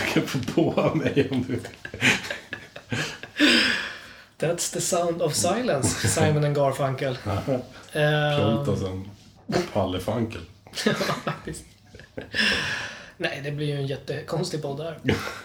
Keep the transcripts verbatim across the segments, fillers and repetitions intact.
kan få på mig om du... That's the sound of silence, Simon and Garfunkel. Plonta som Pallefankel. Ja, faktiskt. Nej, det blir ju en jättekonstig podd där.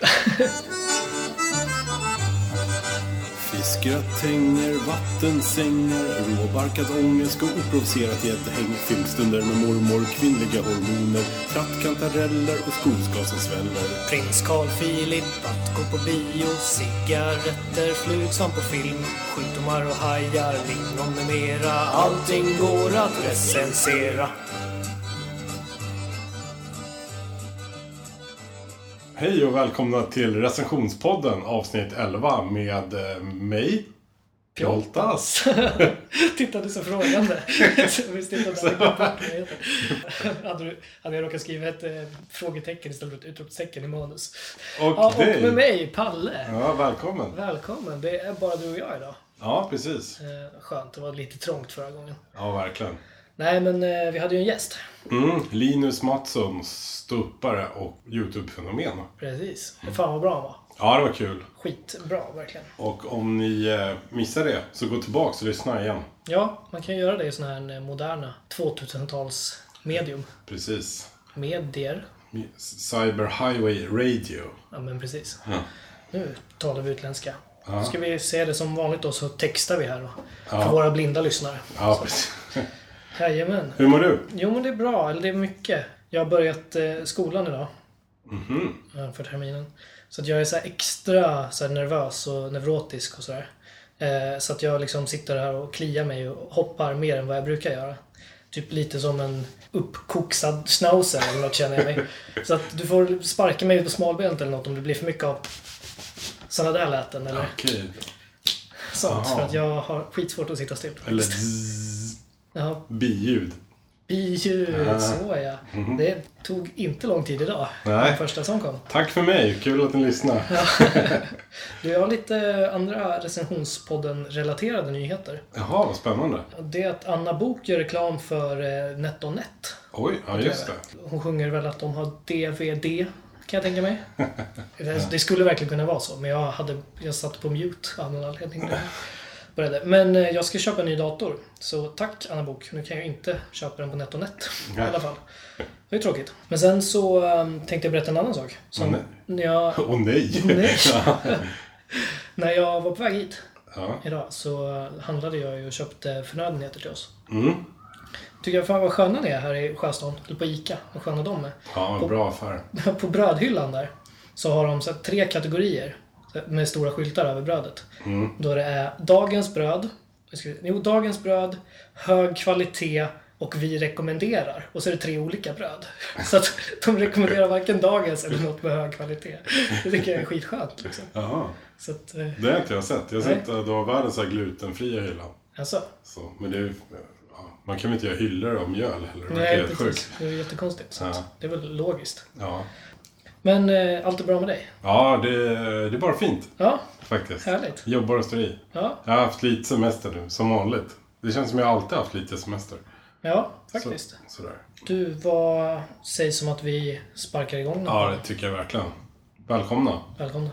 Fiskgratänger, vattensängar, råbarkad ångest och oprovocerat gäddhäng. Filmstunder med mormor, kvinnliga hormoner, trattkantareller och skogsgas som sväller. Prins Carl Philip, att gå på bio, cigaretter, flugsvamp på film, sjukdomar och hajar, lingon med mera. Allting går att recensera. Hej och välkomna till recensionspodden avsnitt elva med eh, mig, Pjoltas. Tittade så frågande. Visst inte så. hade, du, hade jag råkat skriva ett eh, frågetecken istället för ett utropstecken i manus. Och, ja, och dig. med mig, Palle. Ja, välkommen. Välkommen, det är bara du och jag idag. Ja, precis. Eh, skönt, det var lite trångt förra gången. Ja, verkligen. Nej, men eh, vi hade ju en gäst. Mm, Linus Mattsson, ståuppare och YouTube-fenomen. Precis, det fan vad bra han var. Ja, det var kul. Skitbra, verkligen. Och om ni eh, missar det så gå tillbaka och lyssna igen. Ja, man kan göra det i såna här moderna tvåtusentals medium. Precis. Medier. Cyber Highway Radio. Ja, men precis. Ja. Nu talar vi utländska. Ja. Ska vi se det som vanligt då, så textar vi här då. Ja. För våra blinda lyssnare. Ja, precis. Jajamän. Hur mår du? Jo, men det är bra. Eller det är mycket. Jag har börjat eh, skolan idag. Mhm. eh, För terminen. Så att jag är så här extra så här nervös och nevrotisk och sådär. Eh, så att jag liksom sitter här och kliar mig och hoppar mer än vad jag brukar göra. Typ lite som en uppkoksad schnauzer eller något, känner jag mig. Så att du får sparka mig på smalbent eller något om det blir för mycket av sådana där läten eller Okej. sånt. Aha. För att jag har skitsvårt att sitta still. Eller zzz, Ja, biljud. biljud, Ah. så ja. Mhm. Det tog inte lång tid idag. Nej. Den första som kom. Tack för mig, kul att ni lyssnar. Du, jag har lite andra recensionspodden-relaterade nyheter. Jaha, vad spännande. Det är att Anna Bok gör reklam för eh, NetOnNet. Oj, ja just det. Hon sjunger väl att de har D V D, kan jag tänka mig. det, det skulle verkligen kunna vara så, men jag, hade, jag satt på mute av någon anledning. Började. Men eh, jag ska köpa en ny dator. Så tack Anna Bok, nu kan jag inte köpa den på NetOnNet i alla fall. Det är tråkigt. Men sen så um, tänkte jag berätta en annan sak. Som Åh, när jag, Åh oh, nej. nej. när jag var på väg hit Ja. idag så handlade jag ju och köpte förnödenheter till oss. Mm. Tycker jag fan vad sköna ni är här i Sjöstan, eller på Ica. Vad sköna de är. Ja, På- bra affär. På brödhyllan där så har de så här tre kategorier med stora skyltar över brödet. Mm. Då det är dagens bröd, jo, dagens bröd, hög kvalitet och vi rekommenderar. Och så är det tre olika bröd. Så att de rekommenderar varken dagens eller något med hög kvalitet. Det tycker jag är skitskönt. Liksom. Jaha, Så att, eh, det har inte jag sett. Jag har Nej. sett att du har världens så här glutenfria hyllan. alltså. Så, men det är ju, ja, man kan väl inte göra hyllor om mjöl heller. Det är Nej, helt precis. sjukt. Det är jättekonstigt. Så att Ja. det är väl logiskt. Ja, Men eh, allt är bra med dig? ja det, det är bara fint Ja, faktiskt. härligt. Jobbar och står i. Ja, Jag har haft lite semester nu, som vanligt. Det känns som jag alltid haft lite semester. ja faktiskt. Så, sådär. Du, vad sägs som att vi sparkar igång något? Ja, det tycker jag verkligen. Välkomna. Välkomna.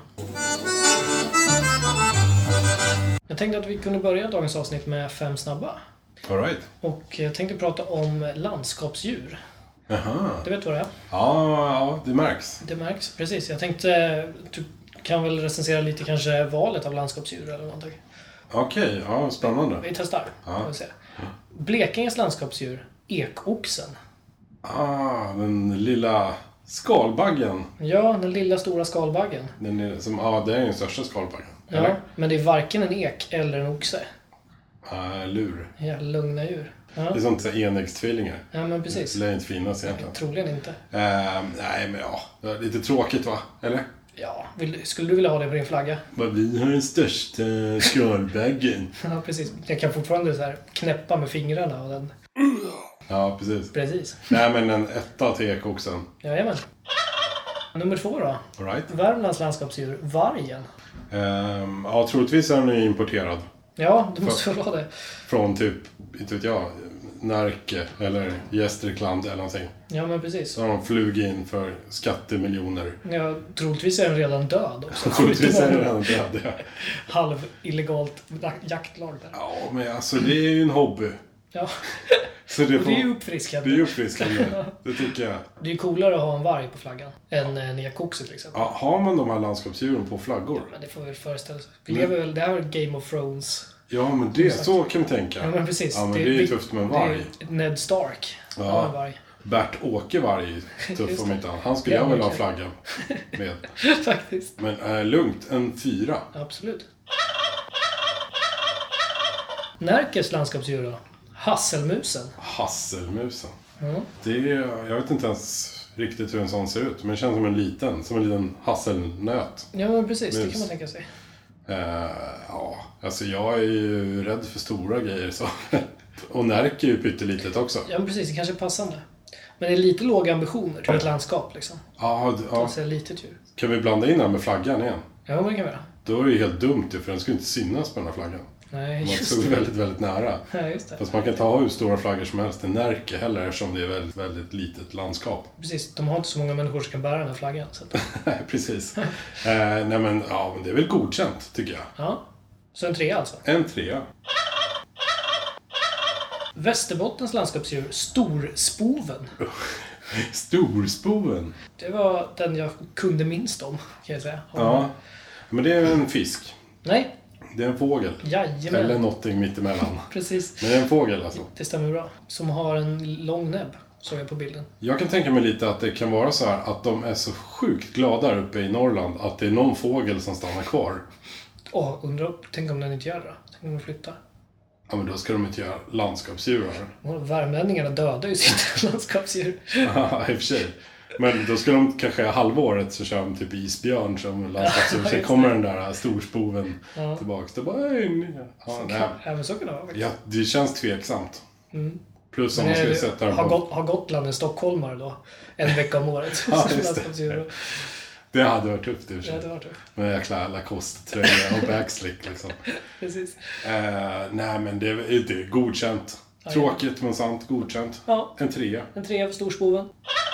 Jag tänkte att vi kunde börja dagens avsnitt med fem snabba. All right. Och jag tänkte prata om landskapsdjur. Jaha. Du vet vad det är? Ja, ja, det märks. Det märks, precis. Jag tänkte, du kan väl recensera lite kanske valet av landskapsdjur eller någonting. Okej, ja, spännande. Vi testar, Ja. får vi se. Blekinges landskapsdjur, ekoxen. Ah, den lilla skalbaggen. Ja, den lilla stora skalbaggen. Den är som, ja, det är den största skalbaggen. Ja, Eller? men det är varken en ek eller en oxe. Ah, lur. Ja, lugna djur. Det Ja, är sånt så här enäggstvillingar. ja men precis. Det lär inte finnas egentligen. Troligen inte. Eh, nej, men ja. Det är lite tråkigt, va? Eller? Ja, vill, skulle du vilja ha det på din flagga? Vad vi har den största skalbaggen. Ja, precis. Jag kan fortfarande så här knäppa med fingrarna och den... Ja, precis. Precis. Nej, men en etta till ekoxen. Jajamän. Nummer två då. All right. Värmlands landskapsdjur, vargen. Ehm, ja, troligtvis är den ju importerad. Ja, det måste väl vara det. Från typ, inte vet jag, Närke eller Gästrikland eller någonting. Ja, men precis. Så har de flugit in för skattemiljoner. Ja, troligtvis är den redan död också. Troligtvis är den redan död, ja. Halv illegalt jaktlag där. Ja, men alltså det är ju en hobby. Ja, Så det, och får, det är ju uppfriskande. det är uppfriskande, det tycker jag. Det är ju coolare att ha en varg på flaggan än en ekoxi till exempel. Ja, har man de här landskapsdjuren på flaggor? Men det får vi väl föreställa sig. Vi lever väl, det här är Game of Thrones. Ja, men det, så kan vi tänka. Ja, men precis. Ja, men det, det är ju tufft med en varg. Det är Ned Stark. Ja. Ja, en varg. Bert-Åke varg, tuff Just om det. inte han. Han skulle Ja, jag vilja ha verkligen. flaggan med. Faktiskt. Men äh, lugnt, en fyra. Absolut. Närkes landskapsdjur då? Hasselmusen. Hasselmusen. Mm. Det är, jag vet inte ens riktigt hur en sån ser ut. Men det känns som en liten, som en liten hasselnöt. Ja, men precis. Mus. Det kan man tänka sig. Uh, ja, alltså jag är ju rädd för stora grejer så. Och Närke är ju pyttelitet också. Ja, men precis. Det kanske är passande. Men det är lite låga ambitioner för ett landskap liksom. Ja, d- ja. Det är litet djur. Kan vi blanda in den med flaggan igen? Ja, men det kan vi göra. Då är det ju helt dumt ju, för den skulle inte synas på den här flaggan. Nej, Man just stod det. väldigt, väldigt nära. Ja, just det. Fast man kan inte ha hur stora flaggor som helst i Närke heller, eftersom det är väldigt, väldigt litet landskap. Precis. De har inte så många människor som kan bära den här flaggan. Så att... Nej, precis. eh, nej men, ja, men det är väl godkänt, tycker jag. Ja. Så en trea alltså. En trea. Västerbottens landskapsdjur, storspoven. Storspoven. Det var den jag kunde minst om, kan jag säga. Om... Ja, men det är en fisk. Nej. Det är en fågel. Jajamän. Eller någonting mittemellan. Precis. Men det är en fågel alltså. Det stämmer bra. Som har en lång näbb, såg jag på bilden. Jag kan tänka mig lite att det kan vara så här att de är så sjukt glada där uppe i Norrland att det är någon fågel som stannar kvar. Åh, undrar, tänk om den inte gör det då? Tänk om den flyttar? Ja, men då ska de inte göra landskapsdjur här. Och värmlänningarna dödar ju sitt landskapsdjur. Ja, i och för sig. Men då skulle de kanske halvåret så kör de typ isbjörn som landskapsdjur. Ja, Sen just kommer det. den där storspoven Ja. tillbaks. Det bara, "Ej, ja, Så nej. kan, även så kan det vara faktiskt. Ja, det känns tveksamt. Mm. Plus om Men man är skulle det, sätta den har, på... Got, har Gotland en stockholmare då? En vecka om året? Ja, Som just det. landskapsdjur. Det hade varit tufft i och för Ja, det sig. var tufft. Med en jäkla Lacoste-tröja och backslick liksom. Precis. Eh, nej, men det är, det är godkänt. Ja, Tråkigt men sant, godkänt. Ja, En trea. en trea för storspoven.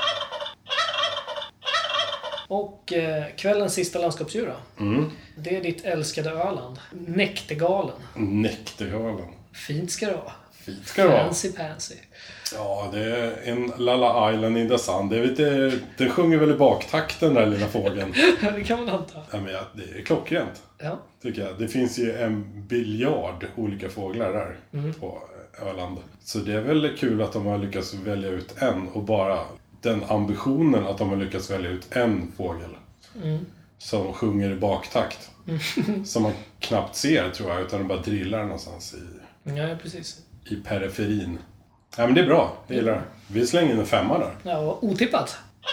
Och eh, kvällens sista landskapsdjur då? Mm. Det är ditt älskade Öland. Näktergalen. Näktergalen. Fint ska det vara. Fint ska det vara. Fancy pansy. Ja, det är en Lalla Island in the Sun. Det vet det, den sjunger väl i baktakten, den där lilla fågeln. Ja, det kan man anta. Ja, men ja, det är klockrent, Ja. tycker jag. Det finns ju en biljard olika fåglar där Mm. på Öland. Så det är väl kul att de har lyckats välja ut en och bara den ambitionen att de har lyckats välja ut en fågel Mm. som sjunger i baktakt. Som man knappt ser, tror jag, utan de bara drillar någonstans i, Ja, precis. i periferin. Ja, men det är bra. Jag gillar det. Vi slänger in en femma där. Ja, otippat.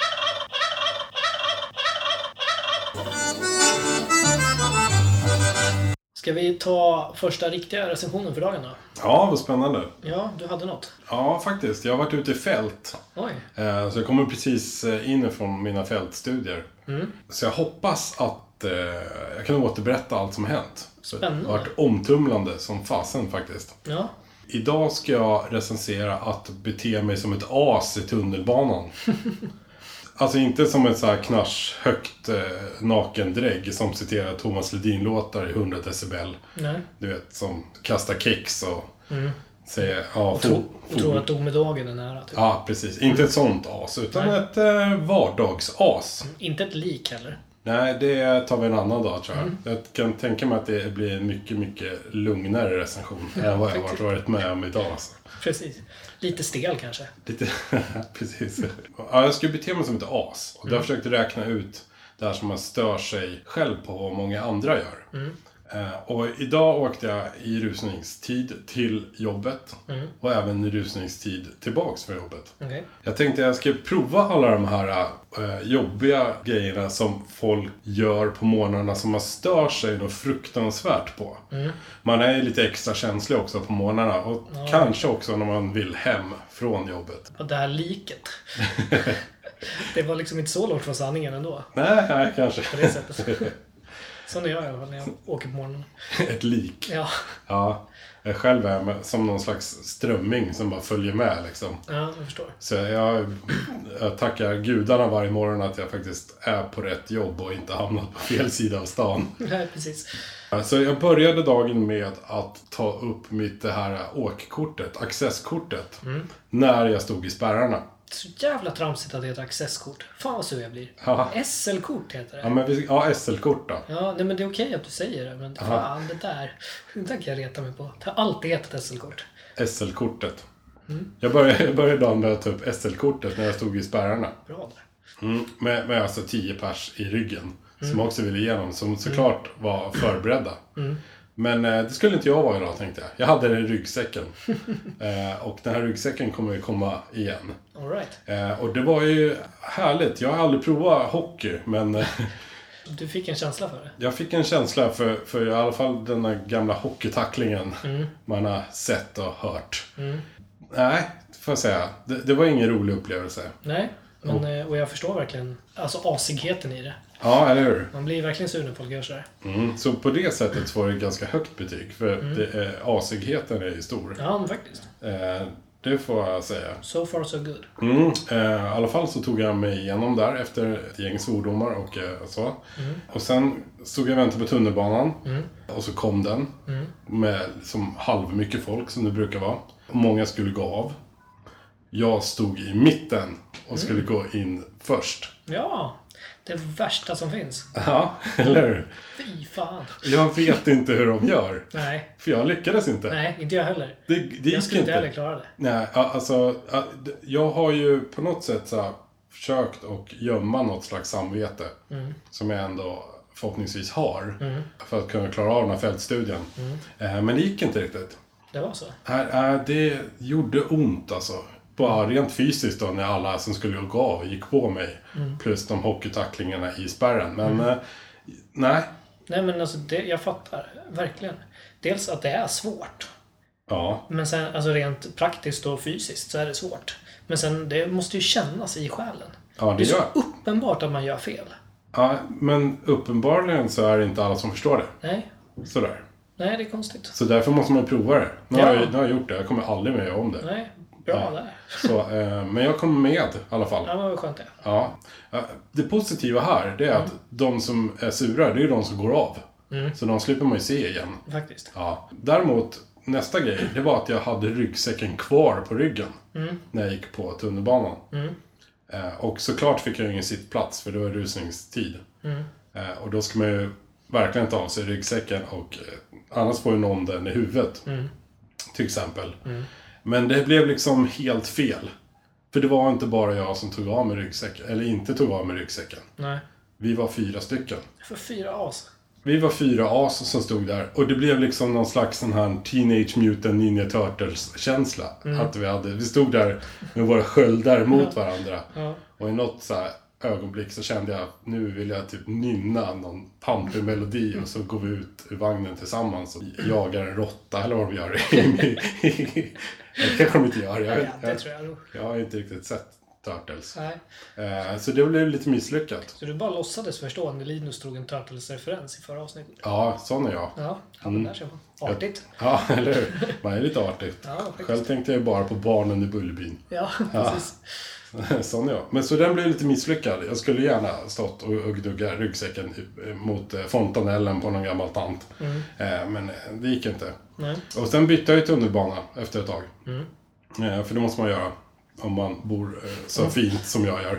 Ska vi ta första riktiga recensionen för dagen då? Ja, vad spännande. Ja, du hade något. Ja, faktiskt. Jag har varit ute i fält. Oj. Eh, Så jag kommer precis eh, inifrån mina fältstudier. Mm. Så jag hoppas att eh, jag kan återberätta allt som har hänt. Så det Spännande. har varit omtumlande som fasen faktiskt. Ja. Idag ska jag recensera att bete mig som ett as i tunnelbanan. Alltså inte som ett så här knarshögt eh, nakendrägg som citerar Thomas Ledin-låtar i hundra decibel. Nej. Du vet, som kastar kex och Mm. säger... Ja, Och, fo- tro, och fo- tror att domedagen är nära. Typ. Ja, precis. Inte ett sånt as, utan Nej. ett eh, vardagsas. Inte ett lik heller. Nej, det tar vi en annan dag, tror jag. Mm. Jag kan tänka mig att det blir en mycket, mycket lugnare recension än vad jag har faktiskt. varit med om idag. Alltså. Precis. Lite stel kanske. Lite, precis. Ja, jag skulle bete mig som ett as. Och då har jag försökt räkna ut det här som man stör sig själv på vad många andra gör. Mm. Eh, och idag åkte jag i rusningstid till jobbet. Mm. Och även i rusningstid tillbaks från jobbet. Okej. Jag tänkte jag ska prova alla de här eh, jobbiga grejerna som folk gör på morgnarna som man stör sig något fruktansvärt på. Mm. Man är ju lite extra känslig också på morgnarna och Ja. kanske också när man vill hem från jobbet. Och det här liket. Det var liksom inte så långt från sanningen ändå. Nej, nej kanske. På det sättet. Sån är jag i alla fall när jag åker på morgonen. Ett lik. Ja. Ja. Jag själv är med, som någon slags strömming som bara följer med liksom. Ja, jag förstår. Så jag, jag tackar gudarna varje morgon att jag faktiskt är på rätt jobb och inte hamnat på fel sida av stan. Nej, precis. Så jag började dagen med att ta upp mitt det här åkkortet, accesskortet, mm. när jag stod i spärrarna. Så jävla tramsigt att det heter accesskort. Fan vad sur jag blir. Ja. S L-kort heter det. Ja, men vi, ja S L-kort då. Ja, nej, men det är okej att du säger det. Men fan, det där. Det där kan jag reta mig på. Det har alltid hetat S L-kort. S L-kortet. Mm. Jag, började, jag började dagen med att ta upp S L-kortet när jag stod i spärrarna. Bra där. Mm, med, med alltså tio pers i ryggen. Mm. Som också ville igenom. Som såklart mm. var förberedda. Mm. Men eh, det skulle inte jag vara idag, tänkte jag. Jag hade den i ryggsäcken. eh, och den här ryggsäcken kommer ju komma igen. All right. eh, och det var ju härligt. Jag har aldrig provat hockey, men... Eh, du fick en känsla för det? Jag fick en känsla för, för i alla fall den här gamla hockeytacklingen. Mm. Man har sett och hört. Mm. Nej, får jag säga. Det, det var ingen rolig upplevelse. Nej, men, och, och jag förstår verkligen alltså asigheten i det. Ja, eller hur? Man blir verkligen sur när folk gör så här. Mm, så på det sättet var det ganska högt betyg. För mm. det, eh, asigheten är ju stor. Ja, men faktiskt. Eh, det får jag säga. So far so good. Mm, eh, I alla fall så tog jag mig igenom där efter ett gäng svordomar och eh, så. Mm. Och sen stod jag och väntade på tunnelbanan. Mm. Och så kom den. Mm. Med som halv mycket folk som det brukar vara. Och många skulle gå av. Jag stod i mitten och skulle mm. gå in först. Ja, det värsta som finns. Ja, eller hur? Fy fan. Jag vet inte hur de gör. Nej. För jag lyckades inte. Nej, inte jag heller. Det, det jag skulle inte heller klara det. Nej, alltså jag har ju på något sätt så här försökt att gömma något slags samvete. Mm. Som jag ändå förhoppningsvis har. Mm. För att kunna klara av den här fältstudien. Mm. Men det gick inte riktigt. Det var så? Det gjorde ont alltså. Bara rent fysiskt då när alla som skulle gå av gick på mig. Mm. Plus de hockeytacklingarna i spärren. Men mm. eh, nej. Nej men alltså det, jag fattar. Verkligen. Dels att det är svårt. Ja. Men sen alltså rent praktiskt och fysiskt så är det svårt. Men sen det måste ju kännas i själen. Ja, det, det är gör. så uppenbart att man gör fel. Ja, men uppenbarligen så är det inte alla som förstår det. Nej. Sådär. Nej, det är konstigt. Så därför måste man prova det. Nu, ja. har, jag, nu har jag gjort det. Jag kommer aldrig mer göra om det. Nej. Bra där. Så, eh, men jag kom med i alla fall. Ja, men vad skönt det. Ja. Det positiva här det är mm. att de som är sura, det är de som går av. Mm. Så de slipper man ju se igen. Faktiskt. Ja. Däremot, nästa grej, det var att jag hade ryggsäcken kvar på ryggen. Mm. När jag gick på tunnelbanan. Mm. Eh, och såklart fick jag ingen sittplats för det var rusningstid. Mm. Eh, och då ska man ju verkligen ta av sig ryggsäcken och eh, annars får ju någon den i huvudet. Mm. Till exempel. Mm. Men det blev liksom helt fel. För det var inte bara jag som tog av med ryggsäcken. Eller inte tog av med ryggsäcken. Nej. Vi var fyra stycken. För fyra as? Vi var fyra as som stod där. Och det blev liksom någon slags sån här Teenage Mutant Ninja Turtles-känsla. Mm. Att vi, hade, vi stod där med våra sköldar mot varandra. Ja. Och i något så här ögonblick så kände jag nu vill jag typ nynna någon pampig melodi mm. och så går vi ut ur vagnen tillsammans och jagar en råtta eller vad de gör. Det kanske de inte gör. Jag, ja, det tror jag nog. Jag har inte riktigt sett Turtles. Nej. Så det blev lite misslyckat. Så du bara låtsades förstå när Linus drog en Turtles-referens i förra avsnittet? Ja, sån är jag. Ja, ja mm. där ser man. Artigt. Ja, eller hur? Man är lite artigt. Ja, själv tänkte jag bara på barnen i Bullerbyn. Ja, precis. Ja. Sån ja. Men så den blev lite misslyckad. Jag skulle gärna stått och, och gnugga ryggsäcken mot fontanellen på någon gammal tant. Mm. Eh, men det gick inte. Nej. Och sen bytte jag i tunnelbana efter ett tag. Mm. Eh, för det måste man göra. Om man bor eh, så mm. fint som jag gör.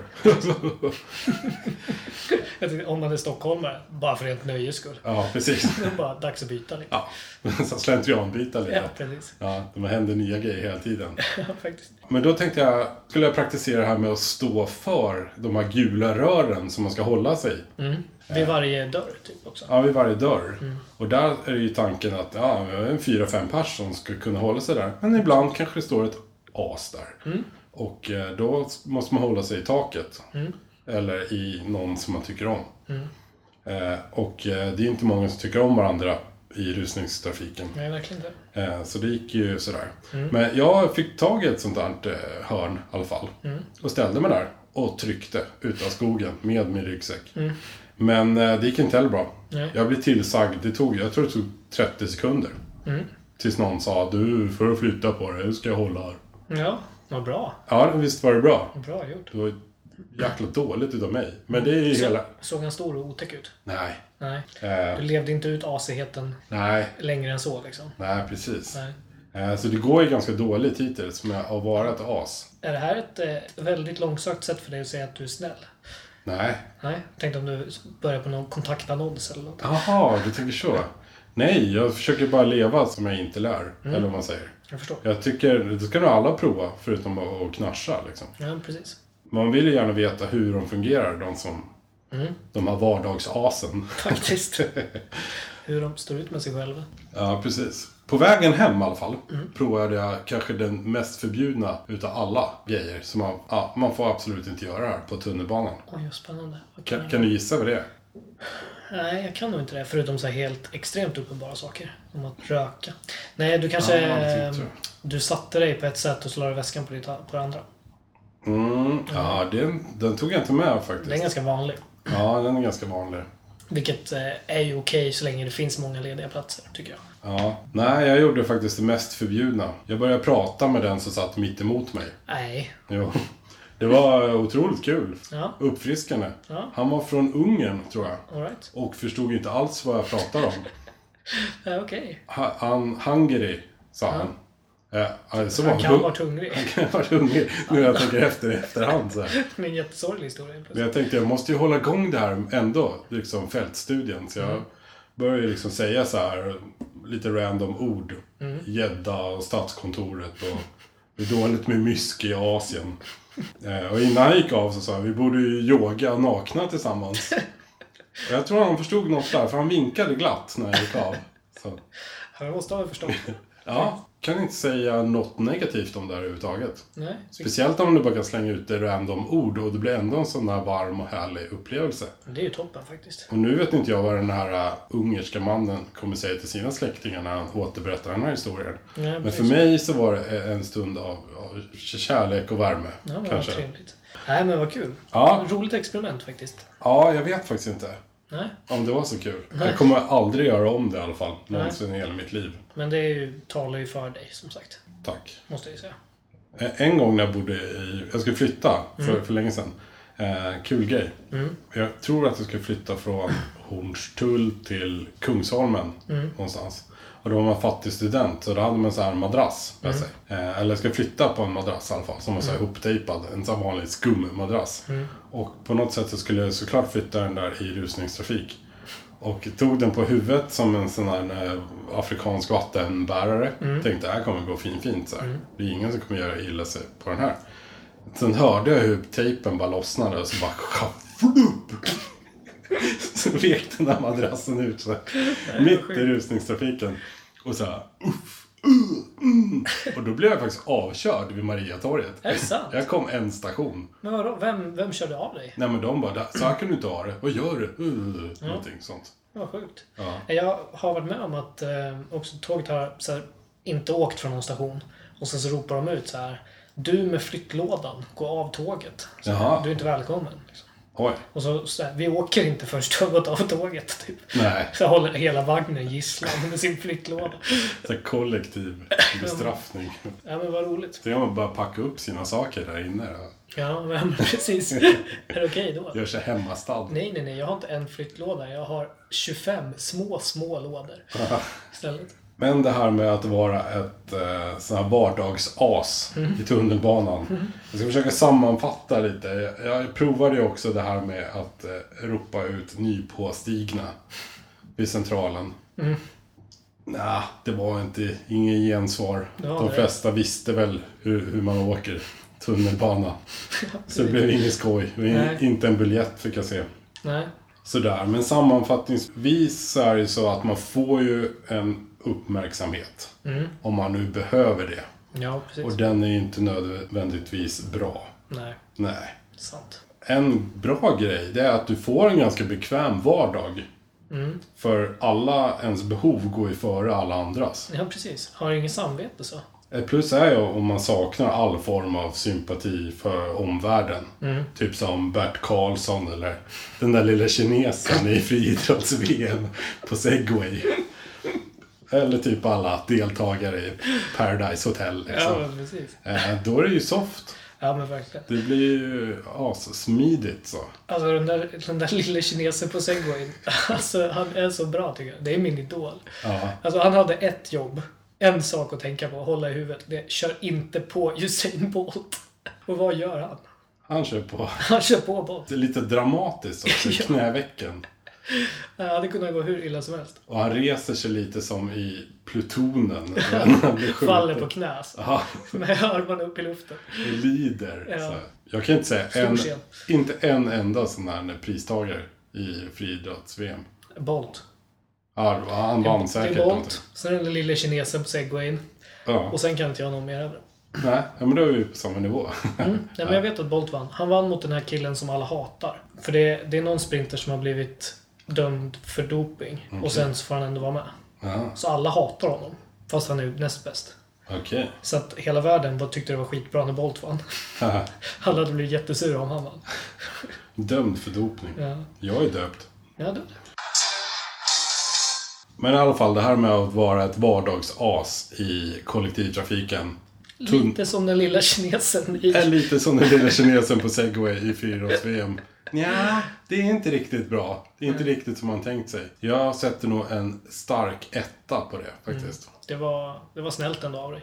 Jag tycker, om man är stockholmare, bara för rent nöjes skull. Ja, precis. Det är bara dags att byta lite. Ja, så slentrianbyta lite. Ja, precis. Ja, det händer nya grejer hela tiden. Ja, faktiskt. Men då tänkte jag, skulle jag praktisera det här med att stå för de här gula rören som man ska hålla sig i. Mm. Vid varje dörr typ också. Ja, vid varje dörr. Mm. Och där är det ju tanken att ja, vi har en fyra, fem pers som ska kunna hålla sig där. Men ibland kanske det står ett as där. Mm. Och då måste man hålla sig i taket. Mm. Eller i någon som man tycker om. Mm. Eh, och det är inte många som tycker om varandra i rusningstrafiken. Nej, verkligen inte. Eh, så det gick ju sådär. Mm. Men jag fick tag i ett sånt där hörn i alla fall. Mm. Och ställde mig där. och tryckte ut av skogen med min ryggsäck. Mm. Men eh, det gick inte heller bra. Nej. Jag blev tillsagd, det tog, jag tror det tog trettio sekunder. Mm. Tills någon sa, du får flytta på dig, hur ska jag hålla här? Ja, vad bra. Ja, visst var det bra. Bra gjort. Det var jäkla dåligt utav mig. Men det är ju Så, hela... Såg han stor och otäck ut? Nej. Nej. Eh, Du levde inte ut asigheten nej. längre än så liksom? Nej, precis. Nej. Eh, så det går ju ganska dåligt hittills med att vara ett as. Är det här ett eh, väldigt långsökt sätt för dig att säga att du är snäll? Nej. Nej, jag tänkte om du börjar på någon kontaktannons eller något. Jaha, du tänker så. Nej, jag försöker bara leva som jag inte lär. Mm. Eller vad man säger. Jag förstår. Jag tycker, det ska nog alla prova, förutom att att knarsa liksom. Ja, precis. Man vill ju gärna veta hur de fungerar, de som... Mm. De här vardagsasen. Faktiskt. Hur de står ut med sig själva. Ja, precis. På vägen hem i alla fall Mm. provade jag kanske den mest förbjudna utav alla grejer. Som man, ja, man får absolut inte göra här på tunnelbanan. Oj, vad spännande. Vad Kan, jag kan du gissa vad det är? Nej, jag kan nog inte det. Förutom så här helt extremt uppenbara saker. Som att röka. Nej, du kanske... Ja, det eh, tror du satte dig på ett sätt och så la du väskan på, ditt, på det andra. Mm, ja, den, den tog jag inte med faktiskt. Den är ganska vanlig. Ja, den är ganska vanlig. Vilket eh, är ju okej så länge det finns många lediga platser, tycker jag. Ja, nej, jag gjorde faktiskt det mest förbjudna. Jag började prata med den som satt mitt emot mig. Nej. Jo. Det var otroligt kul. Ja, Uppfriskande. ja, Han var från Ungern, tror jag. all right. Och förstod inte alls vad jag pratade om. Ja, okej. Ha- Han, Hungary, sa han. Ja, alltså var Han kan ha varit hungrig. Han kan ha varit hungrig. Nu när jag tänker efter i efterhand så här. Det är en jättesorglig historia. Men jag tänkte, jag måste ju hålla igång det här ändå. Liksom fältstudien. Så jag Mm. började ju liksom säga så här. Lite random ord. Mm. Gädda och Stadskontoret. Och det är dåligt med mysk i Asien. Eh, och innan han gick av så sa han, vi borde ju yoga nakna tillsammans. Och jag tror han förstod något där. För han vinkade glatt när jag gick av. Så. Ja, det måste ha förstått. Ja, kan inte säga något negativt om det här överhuvudtaget. Nej. Speciellt om du bara kan slänga ut det random ord och det blir ändå en sån här varm och härlig upplevelse. Det är ju toppen faktiskt. Och nu vet inte jag vad den här uh, ungerska mannen kommer säga till sina släktingar när han återberättar den här historien. Nej, Men precis. för mig så var det en stund av, av kärlek och värme. Ja, men vad kanske. trevligt. Nej, men vad kul. Ja. Roligt experiment faktiskt. Ja, jag vet faktiskt inte Nej, om det var så kul. Nej. Jag kommer aldrig göra om det i alla fall. Någonsin i hela mitt liv. men det är ju, talar ju för dig som sagt. Tack. Måste jag ju säga. En gång när jag bodde i... Jag skulle flytta för, Mm. för länge sedan. Eh, kul grej. Mm. Jag tror att jag skulle flytta från Hornstull till Kungsholmen Mm. någonstans. Och då var man fattig student så då hade man så här en madrass med Mm. sig. Eh, eller jag ska flytta på en madrass i alla fall som var så här ihoptejpad. En sån vanlig skummadrass. Mm. Och på något sätt så skulle jag såklart flytta den där i rusningstrafik. Och tog den på huvudet som en sån här eh, afrikansk vattenbärare. Mm. Tänkte det här kommer gå fin, fint så här. Mm. Det är ingen som kommer göra illa sig på den här. Sen hörde jag hur tejpen bara lossnade och så bara flupp. Så vek den där madrassen ut så här, mitt i rusningstrafiken. Och så här, uff, uh, mm. Och då blev jag faktiskt avkörd vid Mariatorget. Är det sant? Jag kom en station. Men vadå? Vem, vem körde av dig? Nej men de bara, så här kan du inte ha det. Vad gör du? Uh, Ja. Någonting sånt. Det var sjukt. Ja. Jag har varit med om att eh, också tåget har så här, inte åkt från någon station. Och sen så ropar de ut så här. Du med flyttlådan, gå av tåget. Så här, Jaha. du är inte välkommen. Liksom. Oj. Och så, så här, vi åker inte först du har gått av tåget. Typ. Nej, Så håller hela vagnen gisslan med sin flyttlåda. så här kollektiv bestraffning. Ja men vad roligt. Så kan man bara packa upp sina saker där inne. Då. Ja men precis. Är det okej då? Gör sig hemmastad. Nej nej nej, jag har inte en flyttlåda. Jag har tjugofem små små lådor istället. Men det här med att vara ett eh, sån här vardagsas Mm. i tunnelbanan. Jag ska försöka sammanfatta lite. Jag, jag provade ju också det här med att eh, ropa ut nypåstigna vid centralen. Mm. Nej, det var inte ingen gensvar. Det var De det. flesta visste väl hur, hur man åker tunnelbana. Så det blev ingen skoj. Och in, Nej. inte en biljett fick jag se. Nej. Sådär, men sammanfattningsvis så är det så att man får ju en uppmärksamhet. Mm. Om man nu behöver det. Ja precis. Och den är ju inte nödvändigtvis bra. Nej, Nej. sant. En bra grej, det är att du får en ganska bekväm vardag. Mm. För alla ens behov går ju före alla andras. Ja precis. Har ingen samvete så. Ett plus är ju om man saknar all form av sympati för omvärlden. Mm. Typ som Bert Karlsson eller den där lilla kinesen i friidrotts-V M på Segway. Eller typ alla deltagare i Paradise Hotel. Liksom. Ja, precis. Eh, då är det ju soft. Ja, men verkligen. Det blir ju assmidigt så. Alltså den där, den där lilla kinesen på Segway. Alltså han är så bra tycker jag. Det är min idol. Ja. Alltså han hade ett jobb. En sak att tänka på, hålla i huvudet. Det kör inte på Usain Bolt. Och vad gör han? Han kör på. Han kör på Bolt. Det är lite dramatiskt också, Ja. knävecken. Han hade kunnat gå hur illa som helst. Och han reser sig lite som i Plutonen. När han blir skjuten. Faller på knäs. Ja, Med armarna upp i luften. och lider. Ja. Så. Jag kan inte säga Stor en, scen. inte en enda sån här pristagare i friidrotts-V M. Bolt. Ja, han vann Det är säkert Bolt. någonting. Sen är den lilla kinesen på Segwayn. Ja. Och sen kan inte jag någon mer över. Nej, ja, men då är vi på samma nivå. Mm. Nej, men jag vet att Bolt vann. Han vann mot den här killen som alla hatar. För det, det är någon sprinter som har blivit dömd för doping. Okej. Och sen så får han ändå vara med. Ja, Så alla hatar honom. Fast han är näst bäst. okej. Så att hela världen bara tyckte det var skitbra när Bolt vann. Alla hade blivit jättesura om han vann. Dömd för dopning. Ja, Jag är döpt. ja det. Men i alla fall, det här med att vara ett vardagsas i kollektivtrafiken. Tunn- Lite som den lilla kinesen i... är lite som den lilla kinesen på Segway i friidrotts-V M. Ja, det är inte riktigt bra. Det är inte riktigt som man tänkt sig. Jag sätter nog en stark etta på det faktiskt. Det var, det var snällt ändå av dig.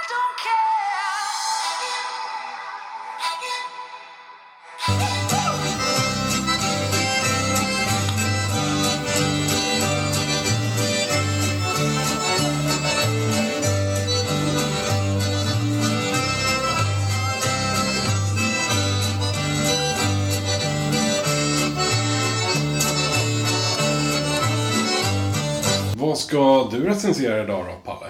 Vad ska du recensera idag då, Palle?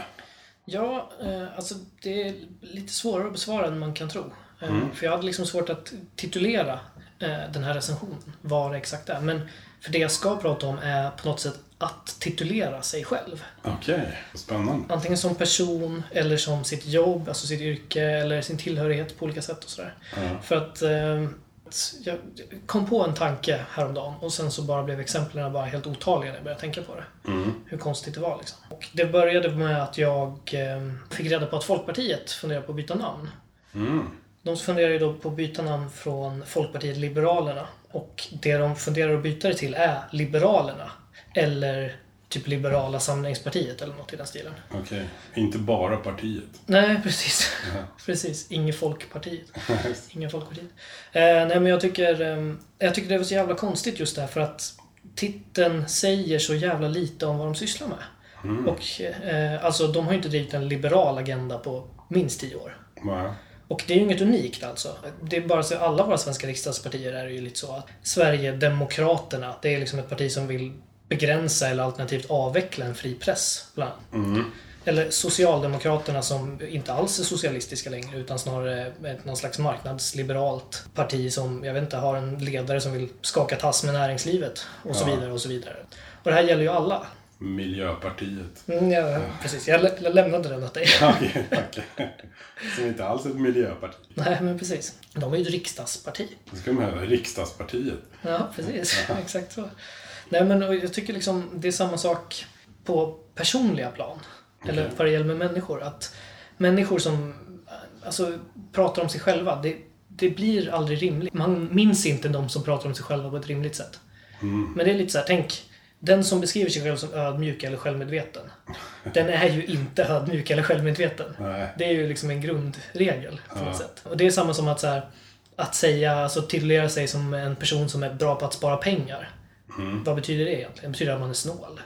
Ja, eh, alltså det är lite svårare att besvara än man kan tro. Eh, För jag hade liksom svårt att titulera eh, den här recensionen, vad det exakt är. Men för det jag ska prata om är på något sätt att titulera sig själv. Okej, spännande. Antingen som person eller som sitt jobb, alltså sitt yrke eller sin tillhörighet på olika sätt och sådär. Ja. För att eh, jag kom på en tanke häromdagen och sen så bara blev exemplen bara helt otaliga när jag började tänka på det. Mm. Hur konstigt det var liksom. Och det började med att jag eh, fick reda på att Folkpartiet funderar på att byta namn. Mm. De funderar ju då på att byta namn från Folkpartiet Liberalerna. Och det de funderar att byta det till är Liberalerna. Eller typ Liberala Samlingspartiet eller något i den stilen. Okej, inte bara partiet. Nej, precis. Ja. Precis, inget Folkpartiet. Inga Folkpartiet. Eh, nej, men jag tycker, eh, jag tycker det var så jävla konstigt just där för att titeln säger så jävla lite om vad de sysslar med. Mm. Och eh, alltså, de har ju inte drivit en liberal agenda på minst tio år. Ja. Och det är ju inget unikt alltså. Det är bara så alla våra svenska riksdagspartier är ju lite så att Sverigedemokraterna, det är liksom ett parti som vill begränsa eller alternativt avveckla en fri press bland annat. Mm. Eller Socialdemokraterna som inte alls är socialistiska längre utan snarare ett någon slags marknadsliberalt parti som, jag vet inte, har en ledare som vill skaka tass med näringslivet och så Ja. vidare och så vidare. Och det här gäller ju alla. Miljöpartiet. Mm, ja, precis. Jag, lä- jag lämnade den åt dig. Okej, okej. Som inte alls ett miljöparti. Nej, men precis. De är ju ett riksdagsparti. Då ska man höra riksdagspartiet. Ja, precis. Exakt så. Nej, men jag tycker liksom det är samma sak på personliga plan. Eller Okej. vad det gäller med människor. Att människor som alltså, pratar om sig själva, det, det blir aldrig rimligt. Man minns inte de som pratar om sig själva på ett rimligt sätt. Mm. Men det är lite så här, tänk, den som beskriver sig själv som ödmjuk eller självmedveten, den är ju inte ödmjuk eller självmedveten. Nej. Det är ju liksom en grundregel på något Ja. sätt. Och det är samma som att så här, att säga, alltså titulera sig som en person som är bra på att spara pengar. Mm. Vad betyder det egentligen? Det betyder att man är snål.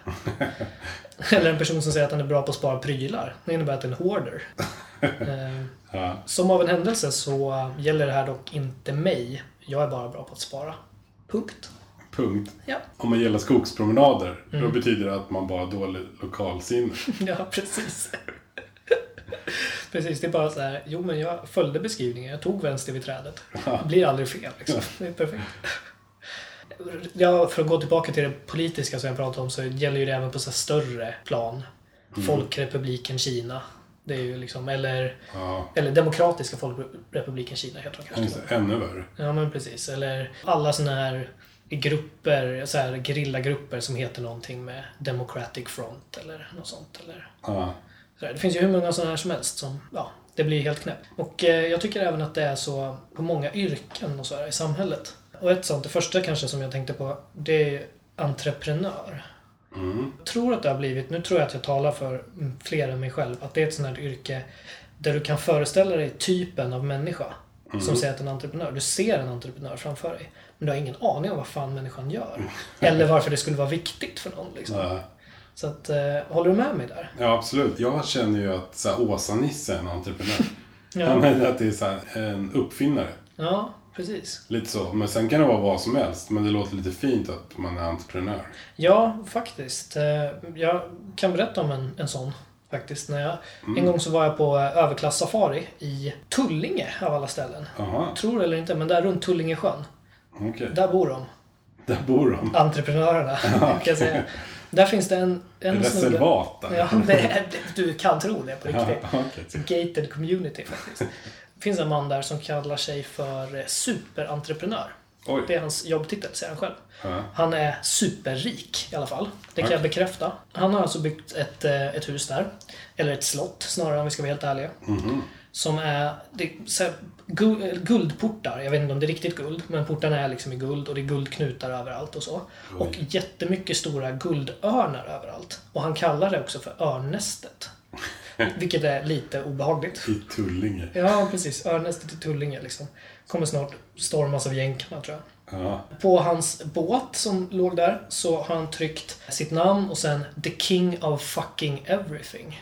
Eller en person som säger att han är bra på att spara prylar. Det innebär att det är en hoarder. Eh, Ja. Som av en händelse så gäller det här dock inte mig. Jag är bara bra på att spara. Punkt. Punkt. Ja, Om man gillar skogspromenader, då Mm. betyder det att man bara har dålig lokalsinne. ja precis. Precis, det är bara så här. Jo, men jag följde beskrivningen. Jag tog vänster vid trädet. Det blir aldrig fel liksom. Det är perfekt. Ja, för att gå tillbaka till det politiska som jag pratade om så gäller ju det även på så här större plan. Folkrepubliken Kina. Det är ju liksom, eller, ja. eller Demokratiska folkrepubliken Kina heter det kanske. Ännu värre. Ja, men precis. Eller alla såna här grupper, så här gerillagrupper som heter någonting med Democratic Front eller något sånt. Eller, ja. så där. Det finns ju hur många sådana här som helst som, ja, det blir helt knäppt. Och eh, jag tycker även att det är så på många yrken och så här i samhället. Och ett sånt, det första kanske som jag tänkte på, det är entreprenör. Mm. Jag tror att det har blivit, nu tror jag att jag talar för fler än mig själv, att det är ett sånt här yrke där du kan föreställa dig typen av människa mm. som säger att en entreprenör. Du ser en entreprenör framför dig, men du har ingen aning om vad fan människan gör. Eller varför det skulle vara viktigt för någon. Liksom. Ja. Så att, eh, håller du med mig där? Ja, absolut. Jag känner ju att så här, Åsa-Nisse är en entreprenör. Ja. Han menar att det är så här, en uppfinnare. Ja, precis. Lite så. Men sen kan det vara vad som helst. Men det låter lite fint att man är entreprenör. Ja, faktiskt. Jag kan berätta om en, en sån. Faktiskt. När jag, mm. En gång så var jag på överklass-safari i Tullinge av alla ställen. Aha. Tror eller inte, men där runt Tullingesjön. Okay. Där bor de. Där bor de? Entreprenörerna, kan jag säga. Där finns det en... En reservat där. Ja, det är, du kan tro det på riktigt. Ja, okay. Gated community faktiskt. Det finns en man där som kallar sig för superentreprenör. Oj. Det är hans jobbtitel, säger han själv. Ja. Han är superrik i alla fall. Det kan okay. jag bekräfta. Han har alltså byggt ett, ett hus där. Eller ett slott snarare, om vi ska vara helt ärliga. Mm-hmm. Som är, det är så här, guldportar. Jag vet inte om det är riktigt guld. Men portarna är liksom i guld. Och det är guldknutar överallt och så. Oj. Och jättemycket stora guldörnar överallt. Och han kallar det också för örnnästet. Vilket är lite obehagligt. I Tullinge. Ja, precis. Örnnästet i Tullinge liksom. Kommer snart stormas av jänkarna, tror jag. Ja. På hans båt som låg där så har han tryckt sitt namn och sen The King of fucking everything.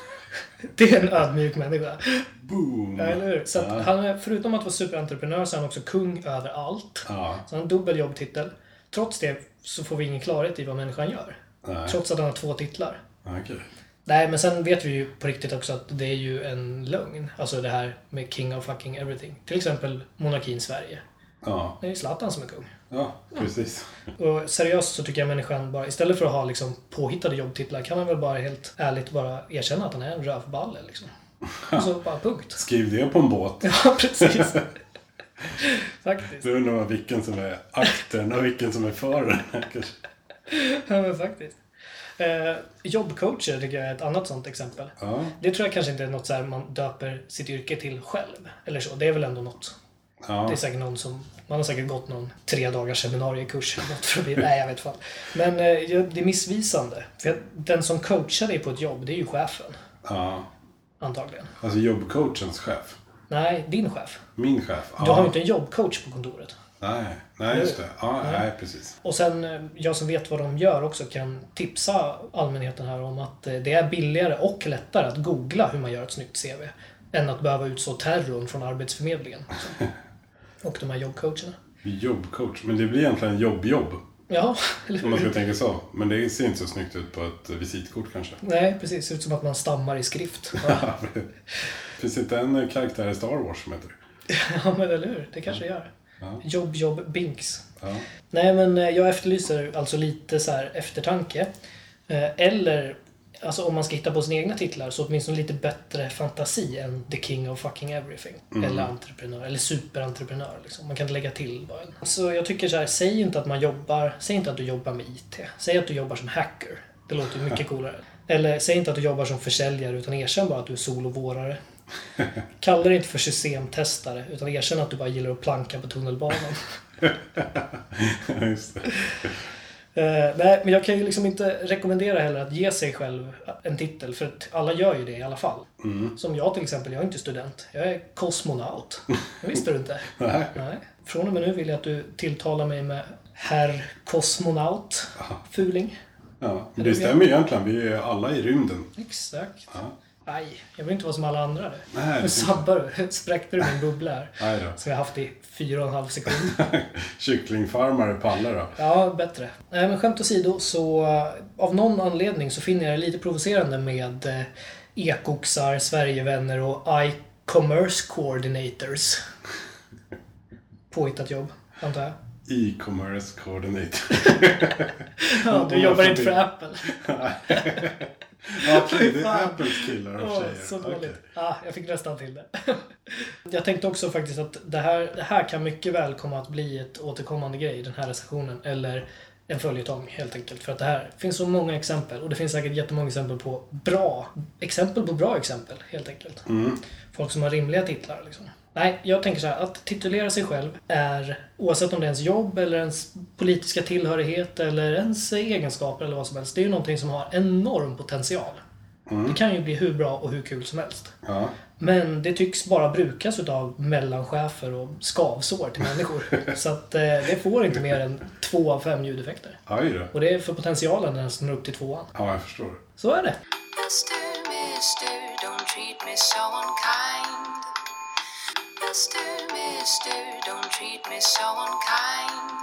Det är en ödmjuk människa. Boom. Ja, eller hur? Så att ja. han är, förutom att vara superentreprenör, så är han också kung över allt. Ja. Så han har en dubbel jobbtitel. Trots det så får vi ingen klarhet i vad människan gör. Nej. Trots att han har två titlar. Okay. Nej, men sen vet vi ju på riktigt också att det är ju en lögn. Alltså det här med King of fucking everything. Till exempel monarkin Sverige. Ja. Det är ju Zlatan som är kung. Ja, precis. Och seriöst så tycker jag människan bara, istället för att ha liksom påhittade jobbtitlar, kan han väl bara helt ärligt bara erkänna att han är en rövballe liksom. Och så bara punkt. Skriv det på en båt. Ja, precis. Faktiskt. Du undrar vilken som är akten och vilken som är föraren. Ja, men faktiskt. Eh, jobbcoacher tycker jag är ett annat sånt exempel. Ja. Det tror jag kanske inte är något så här man döper sitt yrke till själv. Eller så. Det är väl ändå något. Ja. Det är säkert någon som... Man har säkert gått någon tre dagars seminariekurs. Något för att bli, nej, jag vet fan. Men eh, det är missvisande. För att den som coachar dig på ett jobb, det är ju chefen. Ja. Antagligen. Alltså jobbcoachens chef. Nej, din chef. Min chef. Du ja. har ju inte en jobbcoach på kontoret. Nej, nej just det. Ja, nej. nej, precis. Och sen, jag som vet vad de gör också kan tipsa allmänheten här om att det är billigare och lättare att googla hur man gör ett snyggt C V än att behöva utså terrorn från Arbetsförmedlingen. Och de här jobbcoacherna. Jobbcoach, men det blir egentligen jobbjobb. Ja, eller hur? Om man ska tänka så. Men det ser inte så snyggt ut på ett visitkort kanske. Nej, precis. Det ser ut som att man stammar i skrift. Ja. Finns inte en karaktär i Star Wars som heter det? Ja, men eller hur? Det kanske gör. Ja. Jobb, jobb, binks. Ja. Nej, men jag efterlyser alltså lite så här eftertanke. Eller, alltså om man ska hitta på sina egna titlar, så åtminstone lite bättre fantasi än The King of fucking everything. Mm. Eller entreprenör, eller superentreprenör. Liksom. Man kan lägga till bara en. Så jag tycker så här, säg inte att man jobbar, säg inte att du jobbar med I T. Säg att du jobbar som hacker. Det låter ju mycket coolare. Eller säg inte att du jobbar som försäljare, utan erkänn bara att du är solovårare. Kalla det inte för systemtestare, utan erkänn att du bara gillar att planka på tunnelbanan. Just det. Uh, nej, men jag kan ju liksom inte rekommendera heller att ge sig själv en titel, för att alla gör ju det i alla fall. Mm. Som jag till exempel, jag är inte student. Jag är kosmonaut. Det visste du inte? Nej. Nej. Från och med nu vill jag att du tilltalar mig med herr kosmonaut. Fuling. Ja, det stämmer egentligen. Vi är alla i rymden. Exakt. Ja. Nej, jag vill inte vara som alla andra nu. Nej, nu sabbar du. Spräckte du min bubbla här. Nej då. Som jag haft i fyra och en halv sekund. Kycklingfarmare pallar då. Ja, bättre. Nej, men skämt åsido, så av någon anledning så finner jag det lite provocerande med eh, ekoxar, Sverigevänner och e-commerce coordinators. Påhittat jobb, antar jag. E-commerce coordinator. Ja, du jobbar inte för Apple. Ja, det är Apples killar och Åh, tjejer. så dåligt. Okej. Ah, jag fick nästan till det. Jag tänkte också faktiskt att det här, det här kan mycket väl komma att bli ett återkommande grej, den här recensionen. Eller en följetong helt enkelt. För att det här finns så många exempel. Och det finns säkert jättemånga exempel på bra exempel på bra exempel helt enkelt. Mm. Folk som har rimliga titlar liksom. Nej, jag tänker så här, att titulera sig själv är, oavsett om det är ens jobb eller ens politiska tillhörighet eller ens egenskaper eller vad som helst, det är ju någonting som har enorm potential. Mm. Det kan ju bli hur bra och hur kul som helst. Ja. Men det tycks bara brukas av mellanchefer och skavsår till människor. Så att eh, det får inte mer än två av fem ljudeffekter. Aj då. Och det är för potentialen när den når upp till tvåan. Ja, jag förstår. Så är det. Mister, mister, don't treat me so unkind. Mister, mister, don't treat me so unkind.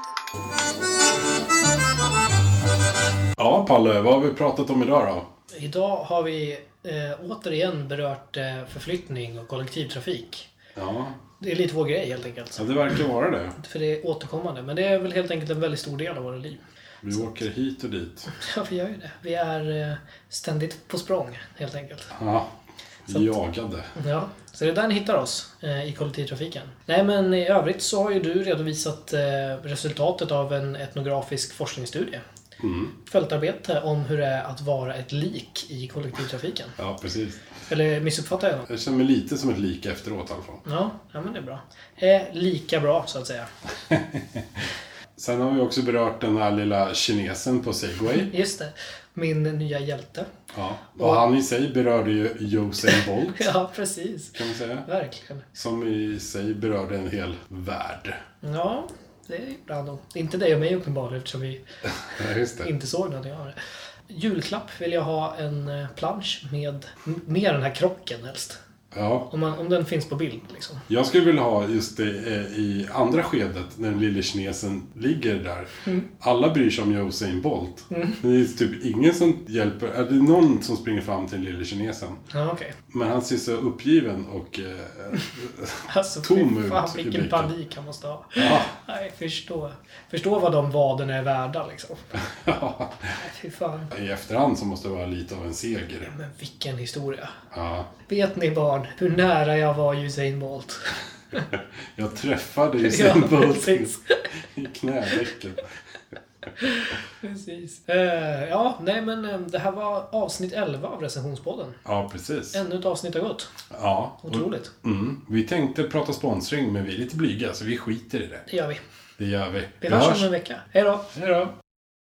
Ja, Palle, vad har vi pratat om idag då? Idag har vi eh, återigen berört eh, förflyttning och kollektivtrafik. Ja. Det är lite vår grej helt enkelt. Ja, det verkar vara det. För det är återkommande. Men det är väl helt enkelt en väldigt stor del av våra liv. Vi Så. åker hit och dit. Ja, vi gör ju det. Vi är eh, ständigt på språng helt enkelt. Ja, Så att, jagade. Ja, så det är där ni hittar oss eh, i kollektivtrafiken. Nej, men i övrigt så har ju du redovisat eh, resultatet av en etnografisk forskningsstudie. Mm. Fältarbete om hur det är att vara ett lik i kollektivtrafiken. Ja, precis. Eller missuppfattar jag något? Jag känner mig lite som ett lik efteråt i alla fall. Ja, ja men det är bra. Eh, lika bra, så att säga. Sen har vi också berört den här lilla kinesen på Segway. Just det. Min nya hjälte. Ja, och han i sig berörde ju Usain Bolt. Ja, precis. Kan man säga. Verkligen. Som i sig berörde en hel värld. Ja, det är bra nog. Inte dig och mig uppenbarligen eftersom vi Ja, just det. inte såg när jag har det. Julklapp vill jag ha en eh, plansch med, med den här krocken helst. Ja. Om, man, om den finns på bild liksom. Jag skulle vilja ha just det eh, i andra skedet när den lille kinesen ligger där. Mm. Alla bryr sig om Usain Bolt. Mm. Men det är typ ingen som hjälper. Är det någon som springer fram till den lille kinesen? Ja, okej. Men han ser så uppgiven och eh, Alltså, tom fy fan ut i vilken blicken. panik han måste ha. Ja. Nej, förstå. Förstå vad de vaderna är värda liksom. Ja. Nej, fy fan. I efterhand så måste det vara lite av en seger. Men vilken historia. Ja. Vet ni barn hur nära jag var Usain Bolt? Jag träffade Usain Ja, Bolt precis. i knävecken. Precis. Uh, ja, nej men um, det här var avsnitt elva av recensionspodden. Ja, precis. Ännu ett avsnitt har gått. Ja. Otroligt. Mm. Vi tänkte prata sponsring, men vi är lite blyga så vi skiter i det. Det gör vi. Det gör vi. Vi hörs om en vecka. Hej då! Hej då!